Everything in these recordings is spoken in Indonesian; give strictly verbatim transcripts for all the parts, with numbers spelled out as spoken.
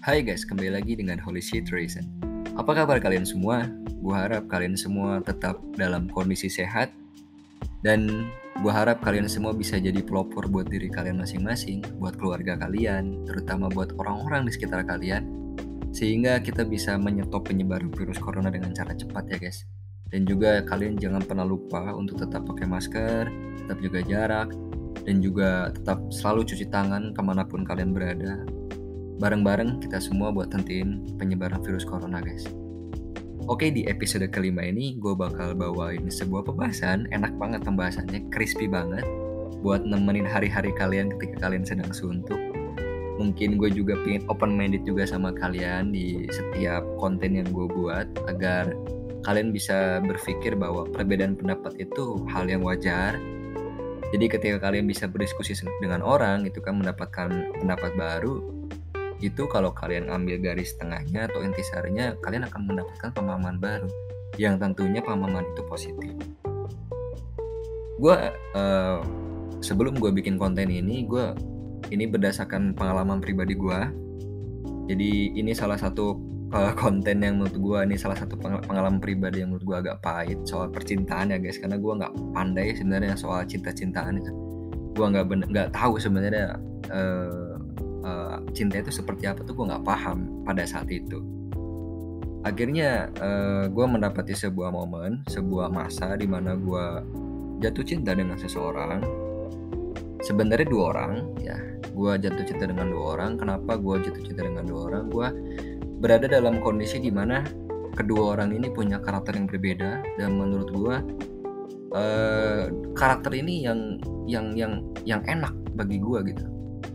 Hai guys, kembali lagi dengan Holy Situation. Apa kabar kalian semua? Gue harap kalian semua tetap dalam kondisi sehat. Dan gue harap kalian semua bisa jadi pelopor buat diri kalian masing-masing, buat keluarga kalian, terutama buat orang-orang di sekitar kalian, sehingga kita bisa menyetop penyebaran virus corona dengan cara cepat ya guys. Dan juga kalian jangan pernah lupa untuk tetap pakai masker, tetap jaga jarak, dan juga tetap selalu cuci tangan kemanapun kalian berada. Bareng-bareng kita semua buat hentiin penyebaran virus corona guys. Oke, di episode kelima ini gue bakal bawain sebuah pembahasan. Enak banget pembahasannya, crispy banget, buat nemenin hari-hari kalian ketika kalian sedang suntuk. Mungkin gue juga pengen open minded juga sama kalian di setiap konten yang gue buat, agar kalian bisa berpikir bahwa perbedaan pendapat itu hal yang wajar. Jadi ketika kalian bisa berdiskusi dengan orang, itu kan mendapatkan pendapat baru. Itu kalau kalian ambil garis tengahnya atau intisarinya, kalian akan mendapatkan pemahaman baru yang tentunya pemahaman itu positif. Gue uh, sebelum gue bikin konten ini, gue ini berdasarkan pengalaman pribadi gue. Jadi ini salah satu uh, konten yang menurut gue ini salah satu pengalaman pribadi yang menurut gue agak pahit soal percintaan ya guys, karena gue nggak pandai sebenarnya soal cinta-cintaan itu. Gue nggak nggak tahu sebenarnya. Uh, Uh, cinta itu seperti apa tuh gue nggak paham pada saat itu. Akhirnya uh, gue mendapati sebuah momen, sebuah masa di mana gue jatuh cinta dengan seseorang. Sebenarnya dua orang, ya. Gue jatuh cinta dengan dua orang. Kenapa gue jatuh cinta dengan dua orang? Gue berada dalam kondisi di mana kedua orang ini punya karakter yang berbeda, dan menurut gue uh, karakter ini yang yang yang yang enak bagi gue gitu.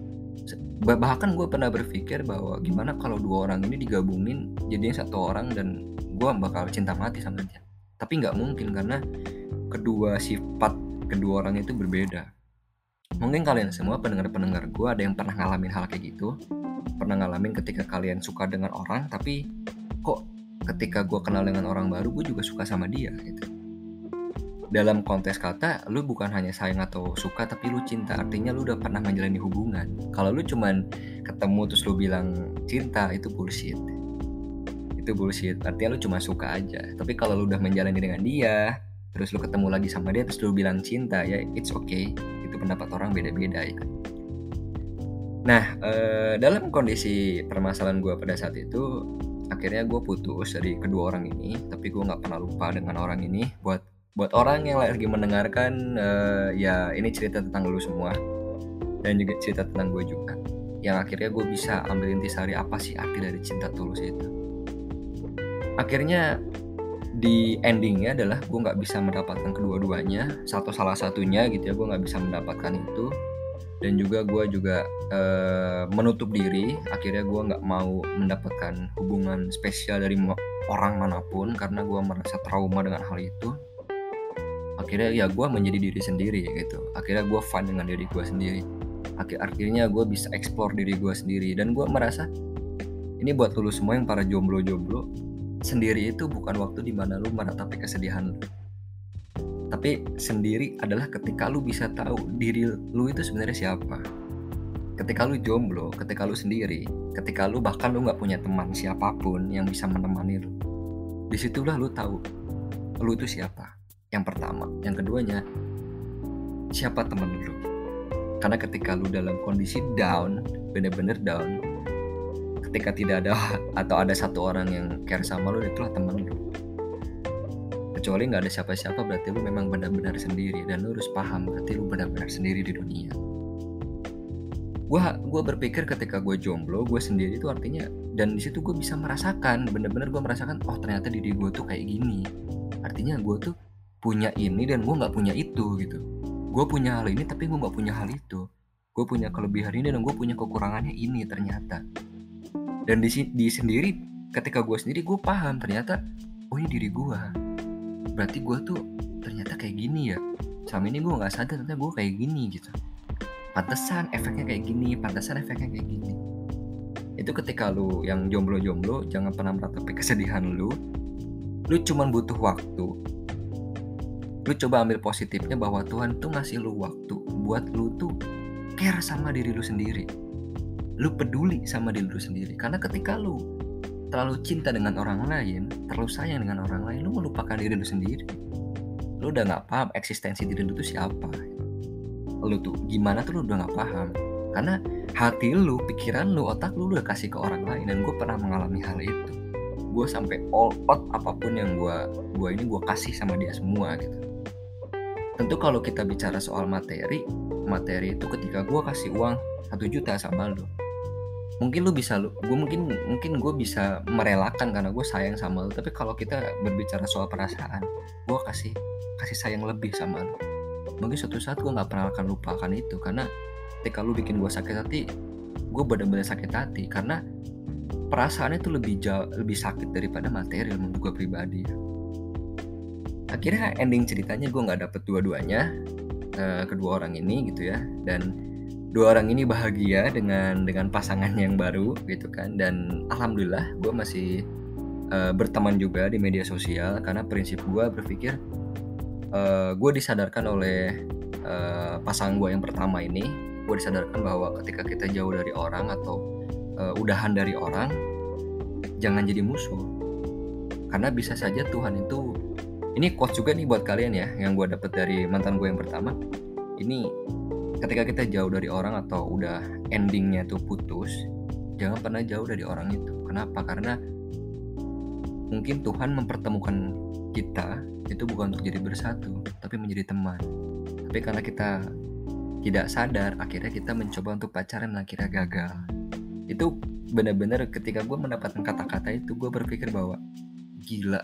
Bahkan gue pernah berpikir bahwa gimana kalau dua orang ini digabungin jadinya satu orang dan gue bakal cinta mati sama dia. Tapi gak mungkin karena kedua sifat kedua orang itu berbeda. Mungkin kalian semua pendengar-pendengar gue ada yang pernah ngalamin hal kayak gitu. Pernah ngalamin ketika kalian suka dengan orang, tapi kok ketika gue kenal dengan orang baru gue juga suka sama dia gitu. Dalam konteks kata, lu bukan hanya sayang atau suka, tapi lu cinta. Artinya lu udah pernah menjalani hubungan. Kalau lu cuman ketemu terus lu bilang cinta, itu bullshit. Itu bullshit, artinya lu cuma suka aja. Tapi kalau lu udah menjalani dengan dia, terus lu ketemu lagi sama dia, terus lu bilang cinta, ya it's okay. Itu pendapat orang beda-beda ya kan. Nah, eh, dalam kondisi permasalahan gue pada saat itu, akhirnya gue putus dari kedua orang ini. Tapi gue gak pernah lupa dengan orang ini. Buat Buat orang yang lagi mendengarkan, uh, ya ini cerita tentang lu semua. Dan juga cerita tentang gue juga. Yang akhirnya gue bisa ambil intisari apa sih arti dari cinta tulus itu. Akhirnya di endingnya adalah gue gak bisa mendapatkan kedua-duanya. Satu salah satunya gitu ya, gue gak bisa mendapatkan itu. Dan juga gue juga uh, menutup diri. Akhirnya gue gak mau mendapatkan hubungan spesial dari orang manapun, karena gue merasa trauma dengan hal itu. Akhirnya ya gue menjadi diri sendiri gitu. Akhirnya gue fun dengan diri gue sendiri. Akhir akhirnya gue bisa explore diri gue sendiri. Dan gue merasa ini buat lu semua yang para jomblo-jomblo, sendiri itu bukan waktu dimana lu meratapi kesedihan lu. Tapi sendiri adalah ketika lu bisa tahu diri lu itu sebenarnya siapa. Ketika lu jomblo, ketika lu sendiri, ketika lu bahkan lu gak punya teman siapapun yang bisa menemani lu, disitulah lu tahu lu itu siapa. Yang pertama, yang keduanya, siapa temen lu? Karena ketika lu dalam kondisi down, bener-bener down, ketika tidak ada atau ada satu orang yang care sama lu, itulah temen lu. Kecuali gak ada siapa-siapa, berarti lu memang benar-benar sendiri. Dan lu harus paham, berarti lu benar-benar sendiri di dunia. Gue gue berpikir ketika gue jomblo, gue sendiri itu artinya, dan di situ gue bisa merasakan, bener-bener gue merasakan, oh ternyata diri gue tuh kayak gini. Artinya gue tuh punya ini dan gue gak punya itu gitu. Gue punya hal ini tapi gue gak punya hal itu. Gue punya kelebihan ini dan gue punya kekurangannya ini ternyata. Dan di, di sendiri, ketika gue sendiri gue paham ternyata, oh ini diri gue. Berarti gue tuh ternyata kayak gini ya. Selama ini gue gak sadar ternyata gue kayak gini gitu. Pantesan efeknya kayak gini, pantesan efeknya kayak gini. Itu ketika lu yang jomblo-jomblo, jangan pernah meratapi kesedihan lu. Lu cuman butuh waktu. Lu coba ambil positifnya bahwa Tuhan tuh ngasih lu waktu buat lu tuh care sama diri lu sendiri. lu peduli sama diri lu sendiri. Karena ketika lu terlalu cinta dengan orang lain, terlalu sayang dengan orang lain, lu melupakan diri lu sendiri. Lu udah gak paham eksistensi diri lu tuh siapa. Lu tuh gimana tuh lu udah gak paham. Karena hati lu, pikiran lu, otak lu, lu udah kasih ke orang lain. Dan gue pernah mengalami hal itu. Gue sampai all out apapun yang gue gue ini gue kasih sama dia semua gitu. Tentu kalau kita bicara soal materi, materi itu ketika gue kasih uang satu juta sama lu, mungkin lu bisa lu gue mungkin mungkin gue bisa merelakan karena gue sayang sama lu. Tapi kalau kita berbicara soal perasaan, gue kasih kasih sayang lebih sama lu. Mungkin suatu saat gue nggak pernah akan lupakan itu, karena ketika lu bikin gue sakit hati, gue benar-benar sakit hati karena perasaannya itu lebih jauh lebih sakit daripada materi menurut gue pribadi. Akhirnya ending ceritanya gue nggak dapet dua-duanya, uh, kedua orang ini gitu ya, dan dua orang ini bahagia dengan dengan pasangannya yang baru gitu kan. Dan alhamdulillah gue masih uh, berteman juga di media sosial karena prinsip gue berpikir uh, gue disadarkan oleh uh, pasangan gue yang pertama ini. Gue disadarkan bahwa ketika kita jauh dari orang atau uh, udahan dari orang, jangan jadi musuh. Karena bisa saja Tuhan itu, ini quotes juga nih buat kalian ya, yang gue dapet dari mantan gue yang pertama. Ini ketika kita jauh dari orang atau udah endingnya tuh putus, jangan pernah jauh dari orang itu. Kenapa? Karena mungkin Tuhan mempertemukan kita itu bukan untuk jadi bersatu, tapi menjadi teman. Tapi karena kita tidak sadar, akhirnya kita mencoba untuk pacaran dan akhirnya gagal. Itu benar-benar ketika gue mendapatkan kata-kata itu, gue berpikir bahwa gila,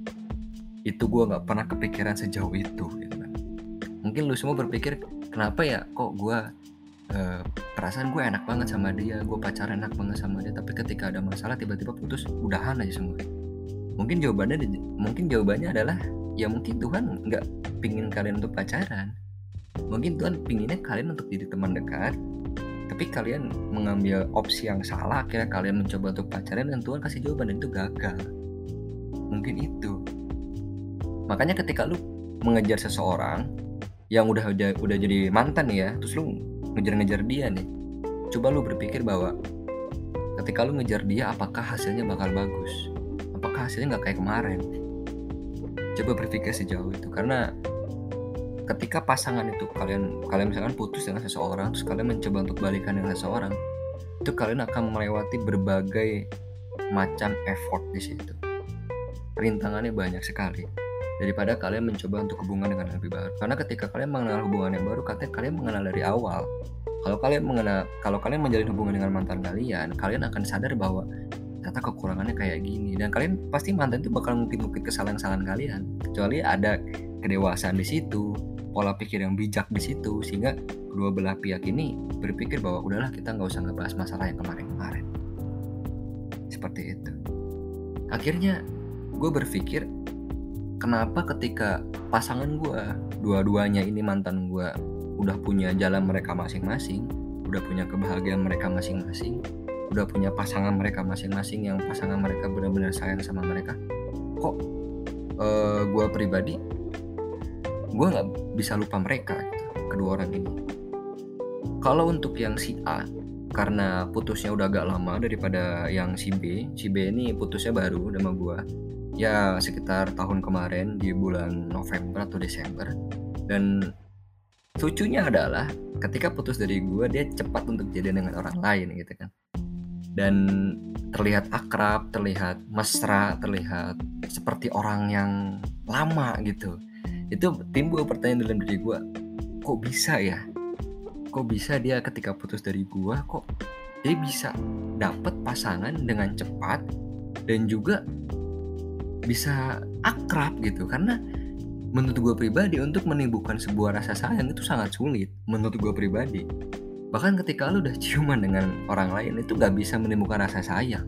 itu gue gak pernah kepikiran sejauh itu gitu kan. Mungkin lu semua berpikir, kenapa ya kok gue uh, perasaan gue enak banget sama dia, gue pacaran enak banget sama dia, tapi ketika ada masalah tiba-tiba putus, udahan aja semua. Mungkin jawabannya mungkin jawabannya adalah ya mungkin Tuhan gak pingin kalian untuk pacaran. Mungkin Tuhan pinginnya kalian untuk jadi teman dekat, tapi kalian mengambil opsi yang salah, akhirnya kalian mencoba untuk pacaran dan Tuhan kasih jawaban dan itu gagal. Mungkin itu. Makanya ketika lu mengejar seseorang yang udah udah, udah jadi mantan ya, terus lu ngejar-ngejar dia nih, coba lu berpikir bahwa ketika lu ngejar dia, apakah hasilnya bakal bagus? Apakah hasilnya nggak kayak kemarin? Coba berpikir sejauh itu, karena ketika pasangan itu kalian kalian misalkan putus dengan seseorang, terus kalian mencoba untuk balikan dengan seseorang, itu kalian akan melewati berbagai macam effort di situ. Rintangannya banyak sekali daripada kalian mencoba untuk hubungan dengan yang lebih baru. Karena ketika kalian mengenal hubungan yang baru, katanya kalian mengenal dari awal. Kalau kalian mengenal, kalau kalian menjalin hubungan dengan mantan kalian, kalian akan sadar bahwa ternyata kekurangannya kayak gini, dan kalian pasti mantan itu bakal ngungkit-ngungkit kesalahan-kesalahan kalian, kecuali ada kedewasaan di situ, pola pikir yang bijak di situ, sehingga kedua belah pihak ini berpikir bahwa udahlah kita nggak usah ngebahas masalah yang kemarin-kemarin. Seperti itu. Akhirnya gue berpikir, kenapa ketika pasangan gue, dua-duanya ini mantan gue, udah punya jalan mereka masing-masing, udah punya kebahagiaan mereka masing-masing, udah punya pasangan mereka masing-masing yang pasangan mereka benar-benar sayang sama mereka, kok uh, gue pribadi gue nggak bisa lupa mereka gitu, kedua orang ini. Kalau untuk yang si A, karena putusnya udah agak lama daripada yang si B, si B ini putusnya baru sama gue, ya sekitar tahun kemarin di bulan November atau Desember. Dan lucunya adalah ketika putus dari gue, dia cepat untuk jadian dengan orang lain gitu kan. Dan terlihat akrab, terlihat mesra, terlihat seperti orang yang lama gitu. Itu timbul pertanyaan dalam diri gue, kok bisa ya? Kok bisa dia ketika putus dari gue, kok dia bisa dapet pasangan dengan cepat dan juga bisa akrab gitu? Karena menurut gue pribadi, untuk menimbulkan sebuah rasa sayang itu sangat sulit menurut gue pribadi. Bahkan ketika lu udah ciuman dengan orang lain, itu gak bisa menimbulkan rasa sayang.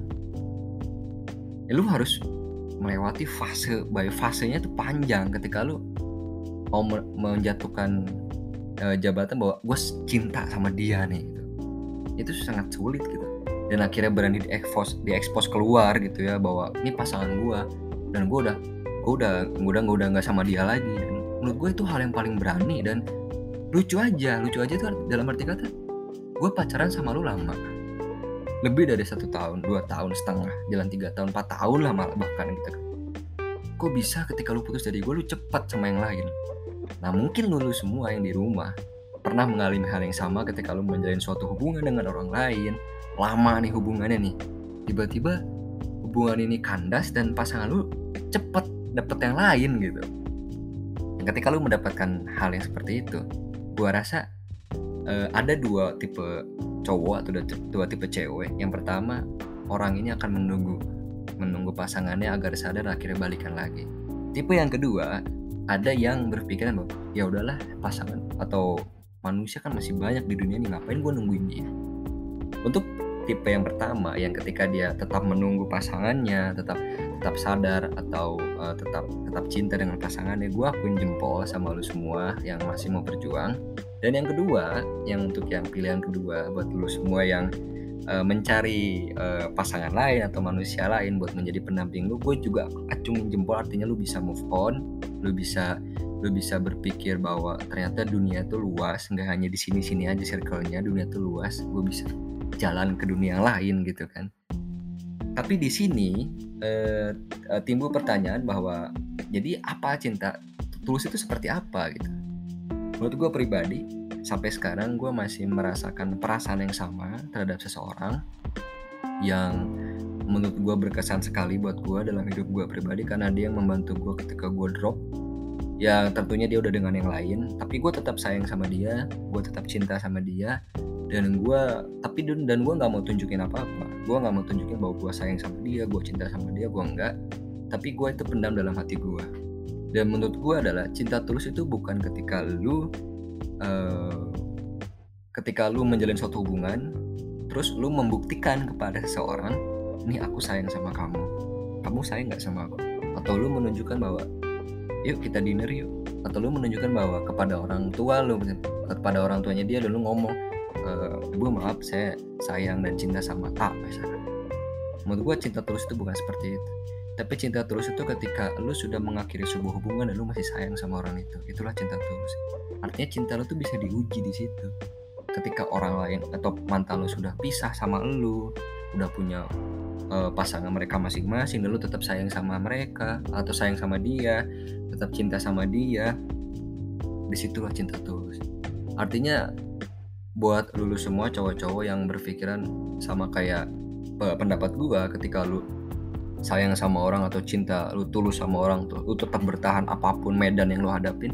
Ya, lu harus melewati fase, by fasenya itu panjang. Ketika lu mau menjatuhkan uh, jabatan bahwa gue cinta sama dia nih gitu, itu sangat sulit gitu. Dan akhirnya berani diekspos, diekspos keluar gitu ya, bahwa ini pasangan gue dan gue udah gue udah gue udah gue udah nggak sama dia lagi. Dan menurut gue itu hal yang paling berani dan lucu aja lucu aja tuh dalam arti kata, gue pacaran sama lu lama, lebih dari satu tahun, dua tahun setengah, jalan tiga tahun, empat tahun lah malah bahkan gitu kan. Kok bisa ketika lu putus dari gue lu cepat sama yang lain? Nah mungkin lu, lu semua yang di rumah pernah mengalami hal yang sama ketika lu menjalin suatu hubungan dengan orang lain, lama nih hubungannya nih, tiba-tiba hubungan ini kandas dan pasangan lu cepet dapet yang lain gitu. Dan ketika lu mendapatkan hal yang seperti itu, gua rasa uh, ada dua tipe cowok atau dua, dua tipe cewek. Yang pertama, orang ini akan menunggu menunggu pasangannya agar sadar akhirnya balikan lagi. Tipe yang kedua, ada yang berpikiran bahwa ya udahlah, pasangan atau manusia kan masih banyak di dunia ini, ngapain gue nungguin dia. Untuk tipe yang pertama, yang ketika dia tetap menunggu pasangannya, tetap tetap sadar atau uh, tetap tetap cinta dengan pasangannya, gue akuin jempol sama lu semua yang masih mau berjuang. Dan yang kedua, yang untuk yang pilihan kedua buat lu semua yang uh, mencari uh, pasangan lain atau manusia lain buat menjadi pendamping lu, gue juga acungin jempol. Artinya lu bisa move on, lu bisa lu bisa berpikir bahwa ternyata dunia itu luas, nggak hanya di sini-sini aja circle-nya, dunia itu luas, gue bisa jalan ke dunia yang lain gitu kan. Tapi di sini eh, timbul pertanyaan bahwa jadi apa cinta tulus itu seperti apa gitu. Menurut gue pribadi, sampai sekarang gue masih merasakan perasaan yang sama terhadap seseorang yang menurut gue berkesan sekali buat gue dalam hidup gue pribadi, karena dia yang membantu gue ketika gue drop. Ya tentunya dia udah dengan yang lain, tapi gue tetap sayang sama dia, gue tetap cinta sama dia, dan gue tapi dan gue nggak mau tunjukin apa-apa, gue nggak mau tunjukin bahwa gue sayang sama dia, gue cinta sama dia, gue enggak, tapi gue itu pendam dalam hati gue. Dan menurut gue adalah cinta tulus itu bukan ketika lu uh, ketika lu menjalin suatu hubungan, terus lu membuktikan kepada seseorang, nih aku sayang sama kamu, kamu sayang nggak sama aku, atau lu menunjukkan bahwa yuk kita dinner yuk, atau lu menunjukkan bahwa kepada orang tua lu, kepada orang tuanya dia, dan lu ngomong e, ibu maaf saya sayang dan cinta sama A misalkan. Menurut gue cinta tulus itu bukan seperti itu, tapi cinta tulus itu ketika lu sudah mengakhiri sebuah hubungan dan lu masih sayang sama orang itu, itulah cinta tulus. Artinya cinta lu tuh bisa diuji di situ. Ketika orang lain atau mantan lu sudah pisah sama lu, udah punya uh, pasangan mereka masing-masing, dan lu tetap sayang sama mereka atau sayang sama dia, tetap cinta sama dia, disitulah cinta tulus. Artinya buat lu semua cowok-cowok yang berpikiran sama kayak uh, pendapat gua, ketika lu sayang sama orang atau cinta lu tulus sama orang tuh, lu tetap bertahan apapun medan yang lu hadapin,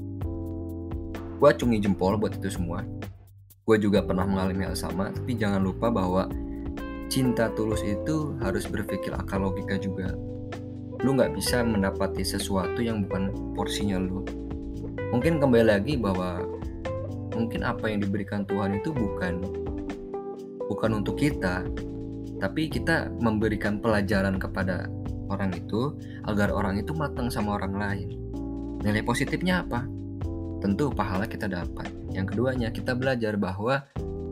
gua acungi jempol buat itu semua. Gue juga pernah mengalami hal sama, tapi jangan lupa bahwa cinta tulus itu harus berpikir akal logika juga. Lu gak bisa mendapati sesuatu yang bukan porsinya lu. Mungkin kembali lagi bahwa mungkin apa yang diberikan Tuhan itu bukan bukan untuk kita, tapi kita memberikan pelajaran kepada orang itu agar orang itu matang sama orang lain. Nilai positifnya apa? Tentu pahala kita dapat. Yang keduanya, kita belajar bahwa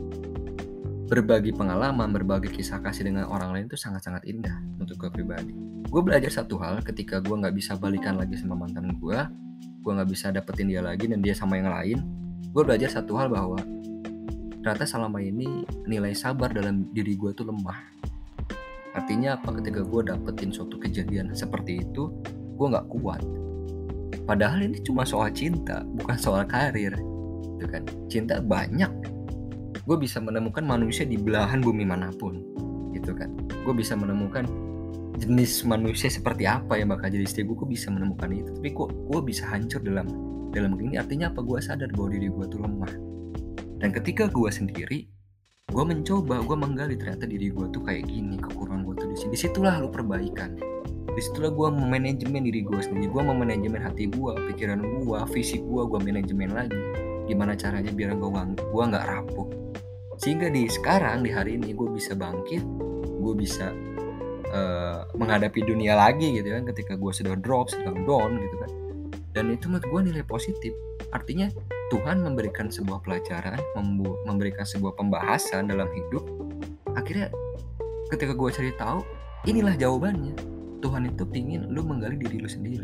berbagi pengalaman, berbagi kisah kasih dengan orang lain itu sangat-sangat indah untuk gue pribadi. Gue belajar satu hal ketika gue gak bisa balikan lagi sama mantan gue, gue gak bisa dapetin dia lagi dan dia sama yang lain. Gue belajar satu hal bahwa ternyata selama ini nilai sabar dalam diri gue tuh lemah. Artinya apa? Ketika gue dapetin suatu kejadian seperti itu, gue gak kuat. Padahal ini cuma soal cinta, bukan soal karir, gitu kan? Cinta banyak. Gue bisa menemukan manusia di belahan bumi manapun, gitu kan? Gue bisa menemukan jenis manusia seperti apa yang bakal jadi istri gue. Gue bisa menemukan itu. Tapi kok gue bisa hancur dalam dalam ini? Artinya apa? Gue sadar bahwa diri gue tuh lemah. Dan ketika gue sendiri, gue mencoba, gue menggali ternyata diri gue tuh kayak gini, kekurangan gue tuh di sini. Disitulah lu perbaikan. Disitulah gue memanajemen diri gue sendiri, gue memanajemen hati gue, pikiran gue, fisik gue, gue manajemen lagi. Gimana caranya biar gue gue nggak rapuh, sehingga di sekarang di hari ini gue bisa bangkit, gue bisa uh, menghadapi dunia lagi gitu kan. Ketika gue sudah drop, sedang down gitu kan, dan itu menurut gue nilai positif. Artinya Tuhan memberikan sebuah pelajaran, membu- memberikan sebuah pembahasan dalam hidup. Akhirnya ketika gue cari tahu, inilah jawabannya. Tuhan itu pingin lu menggali diri lu sendiri.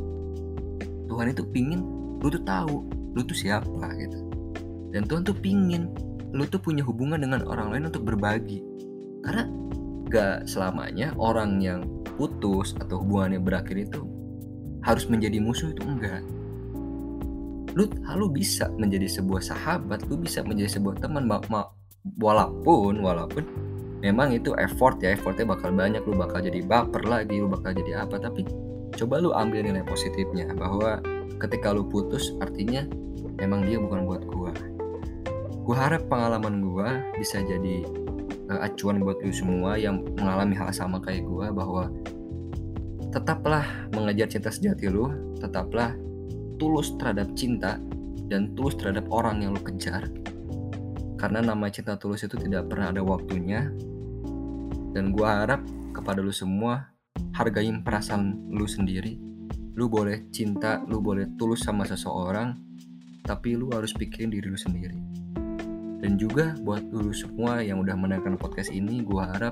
Tuhan itu pingin lu tuh tahu lu tuh siapa gitu. Dan Tuhan tuh pingin lu tuh punya hubungan dengan orang lain untuk berbagi. Karena gak selamanya orang yang putus atau hubungannya berakhir itu harus menjadi musuh, itu enggak. Lu, lu bisa menjadi sebuah sahabat, lu bisa menjadi sebuah teman, ma- ma- walaupun walaupun memang itu effort ya, effortnya bakal banyak, lu bakal jadi baper lagi, lu bakal jadi apa, tapi coba lu ambil nilai positifnya, bahwa ketika lu putus artinya memang dia bukan buat gua. Gua harap pengalaman gua bisa jadi uh, acuan buat lu semua yang mengalami hal sama kayak gua, bahwa tetaplah mengejar cinta sejati lu, tetaplah tulus terhadap cinta dan tulus terhadap orang yang lu kejar. Karena nama cinta tulus itu tidak pernah ada waktunya. Dan gua harap kepada lu semua, hargain perasaan lu sendiri. Lu boleh cinta, lu boleh tulus sama seseorang, tapi lu harus pikirin diri lu sendiri. Dan juga buat lu semua yang udah mendengarkan podcast ini, gua harap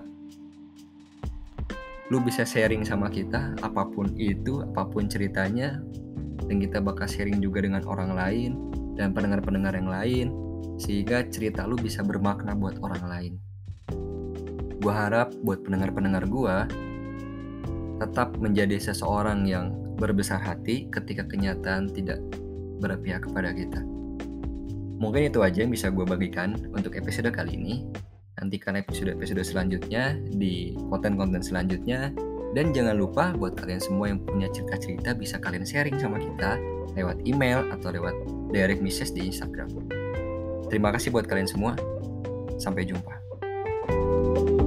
lu bisa sharing sama kita, apapun itu, apapun ceritanya. Dan kita bakal sharing juga dengan orang lain dan pendengar-pendengar yang lain, sehingga cerita lu bisa bermakna buat orang lain. Gue harap buat pendengar-pendengar gue tetap menjadi seseorang yang berbesar hati ketika kenyataan tidak berpihak kepada kita. Mungkin itu aja yang bisa gue bagikan untuk episode kali ini. Nantikan episode-episode selanjutnya di konten-konten selanjutnya. Dan jangan lupa buat kalian semua yang punya cerita-cerita bisa kalian sharing sama kita lewat email atau lewat direct message di Instagram. Terima kasih buat kalian semua. Sampai jumpa.